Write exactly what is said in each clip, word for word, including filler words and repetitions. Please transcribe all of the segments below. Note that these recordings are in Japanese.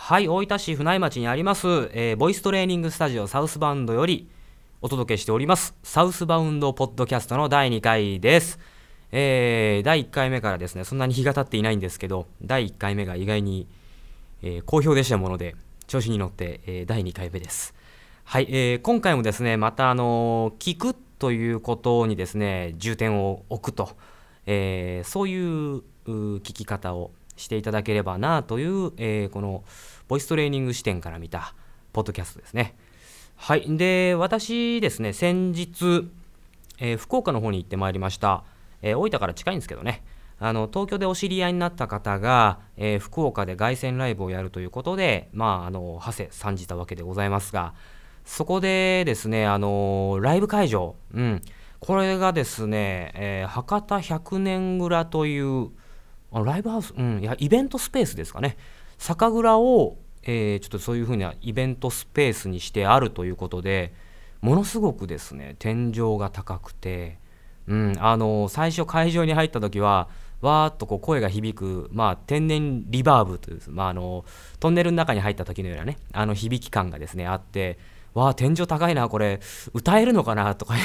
はい、大分市船井町にあります、えーボイストレーニングスタジオサウスバウンドよりお届けしておりますサウスバウンドポッドキャストのだいにかいです。えーだいいっかいめからですね、そんなに日が経っていないんですけど、だいいっかいめが意外に、えー好評でしたもので、調子に乗って、えーだいにかいめです。はい、えー今回もですね、またあのー聞くということにですね、重点を置くと、えーそういうう聞き方をしていただければなという、えーこのボイストレーニング視点から見たポッドキャストですね。はい。で、私ですね、先日、えー福岡の方に行ってまいりました。えー大分から近いんですけどね。あの東京でお知り合いになった方が、えー福岡で凱旋ライブをやるということで、まあ、あの馳せ参じたわけでございますが、そこでですね、あのライブ会場、うん、これがですね、えー博多百年蔵というあライブハウス、うん、いやイベントスペースですかね、酒蔵を、えーちょっとそういう風なイベントスペースにしてあるということで、ものすごくですね天井が高くて、うん、あの最初会場に入った時はわーっとこう声が響く、まあ、天然リバーブという、まあ、あのトンネルの中に入った時のようなね、あの響き感がですねあって、わあ天井高いな、これ歌えるのかなとかいう、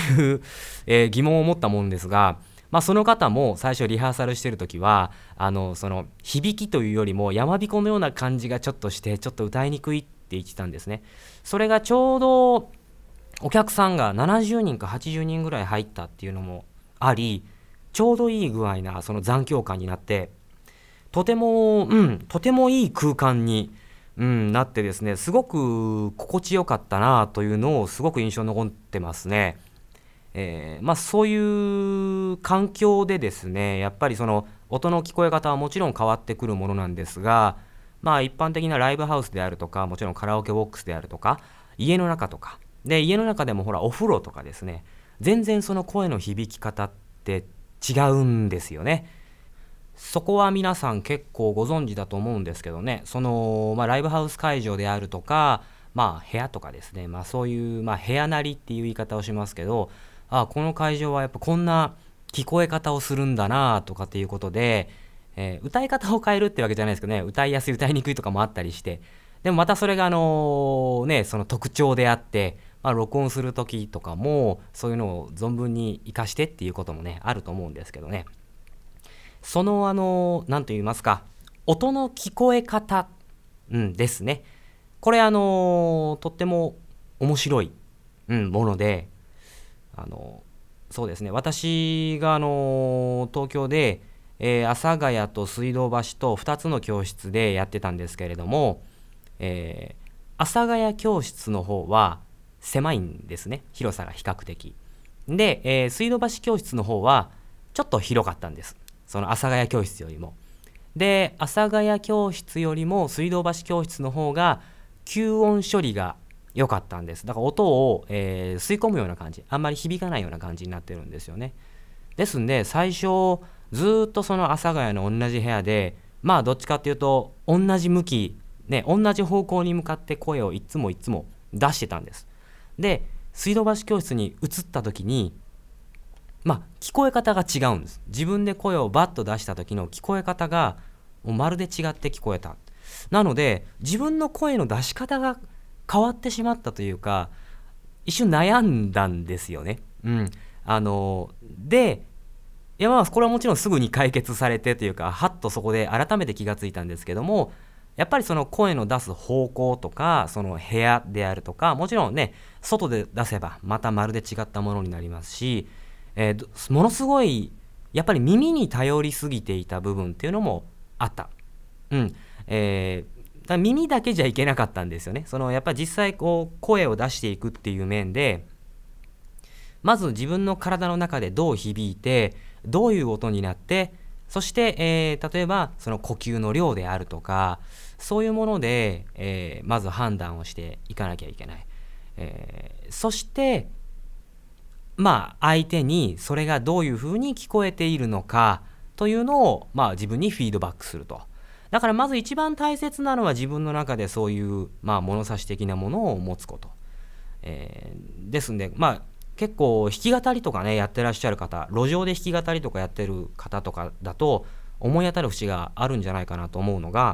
えー疑問を持ったもんですが、まあ、その方も最初リハーサルしてる時はあのその響きというよりも山彦のような感じがちょっとしてちょっと歌いにくいって言ってたんですね。それがちょうどお客さんがななじゅうにんかはちじゅうにんぐらい入ったっていうのもあり、ちょうどいい具合なその残響感になって、とても、うん、とてもいい空間に、うん、なってですね、すごく心地よかったなというのをすごく印象に残ってますね。えーまあ、そういう環境でですね、やっぱりその音の聞こえ方はもちろん変わってくるものなんですが、まあ、一般的なライブハウスであるとか、もちろんカラオケボックスであるとか、家の中とかで、家の中でもほらお風呂とかですね、全然その声の響き方って違うんですよね。そこは皆さん結構ご存知だと思うんですけどね、その、まあ、ライブハウス会場であるとか、まあ、部屋とかですね、まあ、そういう、まあ、部屋なりっていう言い方をしますけど、あこの会場はやっぱこんな聞こえ方をするんだなとかっていうことで、えー歌い方を変えるってわけじゃないですけどね、歌いやすい歌いにくいとかもあったりして、でもまたそれがあのねその特徴であって、まあ、録音する時とかもそういうのを存分に活かしてっていうこともねあると思うんですけどね、そのあの何と言いますか、音の聞こえ方、うん、ですね。これあのとっても面白い、うん、もので、あのそうですね、私があの東京で、えー阿佐ヶ谷と水道橋とふたつの教室でやってたんですけれども、えー阿佐ヶ谷教室の方は狭いんですね、広さが比較的で、えー水道橋教室の方はちょっと広かったんです、その阿佐ヶ谷教室よりも。で阿佐ヶ谷教室よりも水道橋教室の方が吸音処理が良かったんです。だから音を、えー吸い込むような感じ、あんまり響かないような感じになってるんですよね。ですんで最初ずーっとその阿佐ヶ谷の同じ部屋で、まあどっちかっていうと同じ向き、ね、同じ方向に向かって声をいつもいつも出してたんです。で水道橋教室に移った時に、まあ聞こえ方が違うんです。自分で声をバッと出した時の聞こえ方がもうまるで違って聞こえた。なので自分の声の出し方が変わってしまったというか、一瞬悩んだんですよね。うん、あのでいやまあこれはもちろんすぐに解決されてというか、はっとそこで改めて気がついたんですけども、やっぱりその声の出す方向とか、その部屋であるとか、もちろんね外で出せばまたまるで違ったものになりますし、えーものすごいやっぱり耳に頼りすぎていた部分っていうのもあった。うん、えーだから耳だけじゃいけなかったんですよね。そのやっぱり実際こう声を出していくっていう面で、まず自分の体の中でどう響いてどういう音になって、そして、えー例えばその呼吸の量であるとか、そういうもので、えーまず判断をしていかなきゃいけない、えーそしてまあ相手にそれがどういうふうに聞こえているのかというのを、まあ、自分にフィードバックすると。だからまず一番大切なのは自分の中でそういう、まあ、物差し的なものを持つこと、えーですんで、まあ結構弾き語りとかねやってらっしゃる方、路上で弾き語りとかやってる方とかだと思い当たる節があるんじゃないかなと思うのが、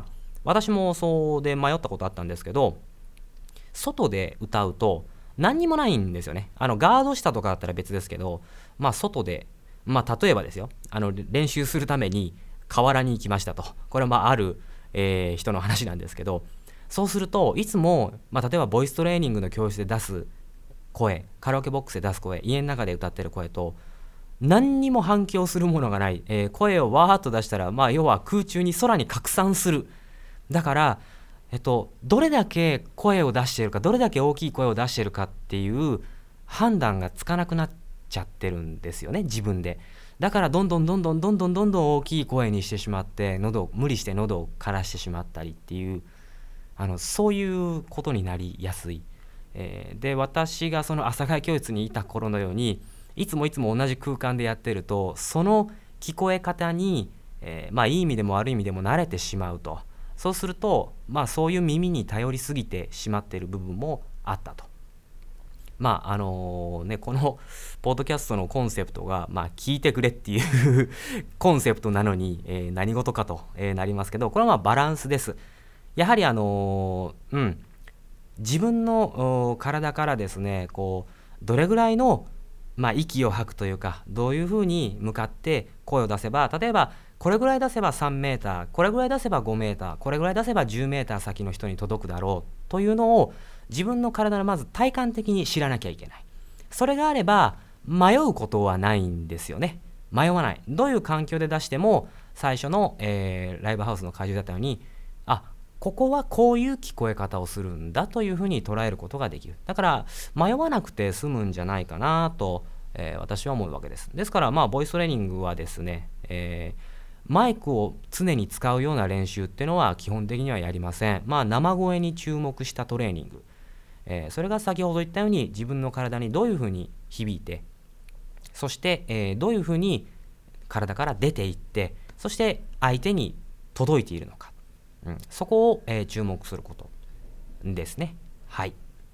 私もそうで迷ったことあったんですけど、外で歌うと何にもないんですよね。あのガード下とかだったら別ですけど、まあ外で、まあ例えばですよ、あの練習するために河原に行きましたと。これはまあある、えー人の話なんですけど、そうするといつも、まあ、例えばボイストレーニングの教室で出す声、カラオケボックスで出す声、家の中で歌ってる声と何にも反響するものがない、えー声をわーっと出したら、まあ要は空中に空に拡散する。だから、えっと、どれだけ声を出しているか、どれだけ大きい声を出しているかっていう判断がつかなくなっちゃってるんですよね、自分で。だからどんどんどんどんどんどんどんどん大きい声にしてしまって、喉を無理して喉を枯らしてしまったりっていう、あのそういうことになりやすい。えーで、私がその朝会教室にいた頃のように、いつもいつも同じ空間でやってると、その聞こえ方に、えーまあいい意味でも悪い意味でも慣れてしまうと。そうすると、まあそういう耳に頼りすぎてしまっている部分もあったと。まああのね、このポッドキャストのコンセプトが、まあ、聞いてくれっていうコンセプトなのに、えー何事かと、えーなりますけど、これはまあバランスです。やはりあのーうん自分のお体からですね、こうどれぐらいの、まあ、息を吐くというか、どういうふうに向かって声を出せば、例えばこれぐらい出せばさんメーター、これぐらい出せばごメーター、これぐらい出せばじゅうメーター先の人に届くだろうというのを、自分の体のまず体感的に知らなきゃいけない。それがあれば迷うことはないんですよね。迷わない。どういう環境で出しても、最初の、えーライブハウスの会場だったように、あ、ここはこういう聞こえ方をするんだというふうに捉えることができる。だから迷わなくて済むんじゃないかなと、えー私は思うわけです。ですからまあボイストレーニングはですね、えーマイクを常に使うような練習っていうのは基本的にはやりません。まあ生声に注目したトレーニング、えーそれが先ほど言ったように自分の体にどういうふうに響いて、そして、えーどういうふうに体から出ていって、そして相手に届いているのか、うん、そこを、えー注目することですね。はい。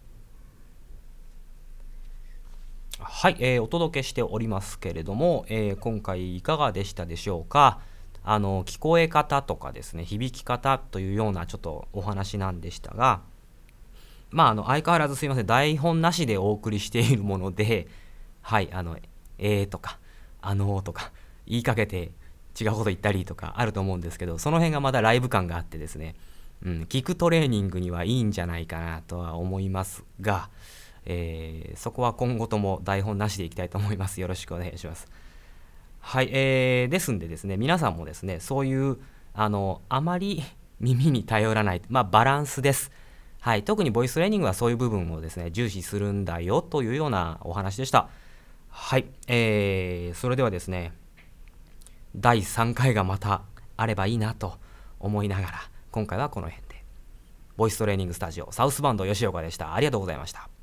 はい、えーお届けしておりますけれども、えー今回いかがでしたでしょうか。あの聞こえ方とかですね、響き方というようなちょっとお話なんでしたが、まああの相変わらずすいません、台本なしでお送りしているもので、はい、あのえーとかあのーとか言いかけて違うこと言ったりとかあると思うんですけど、その辺がまだライブ感があってですね、うん、聞くトレーニングにはいいんじゃないかなとは思いますが、えーそこは今後とも台本なしでいきたいと思います。よろしくお願いします。はい、えーですんでですね、皆さんもですね、そういうあのあまり耳に頼らない、まあ、バランスです。はい、特にボイストレーニングはそういう部分をですね、重視するんだよというようなお話でした。はい、えーそれではですね、だいさんかいがまたあればいいなと思いながら、今回はこの辺で。ボイストレーニングスタジオサウスバンド吉岡でした。ありがとうございました。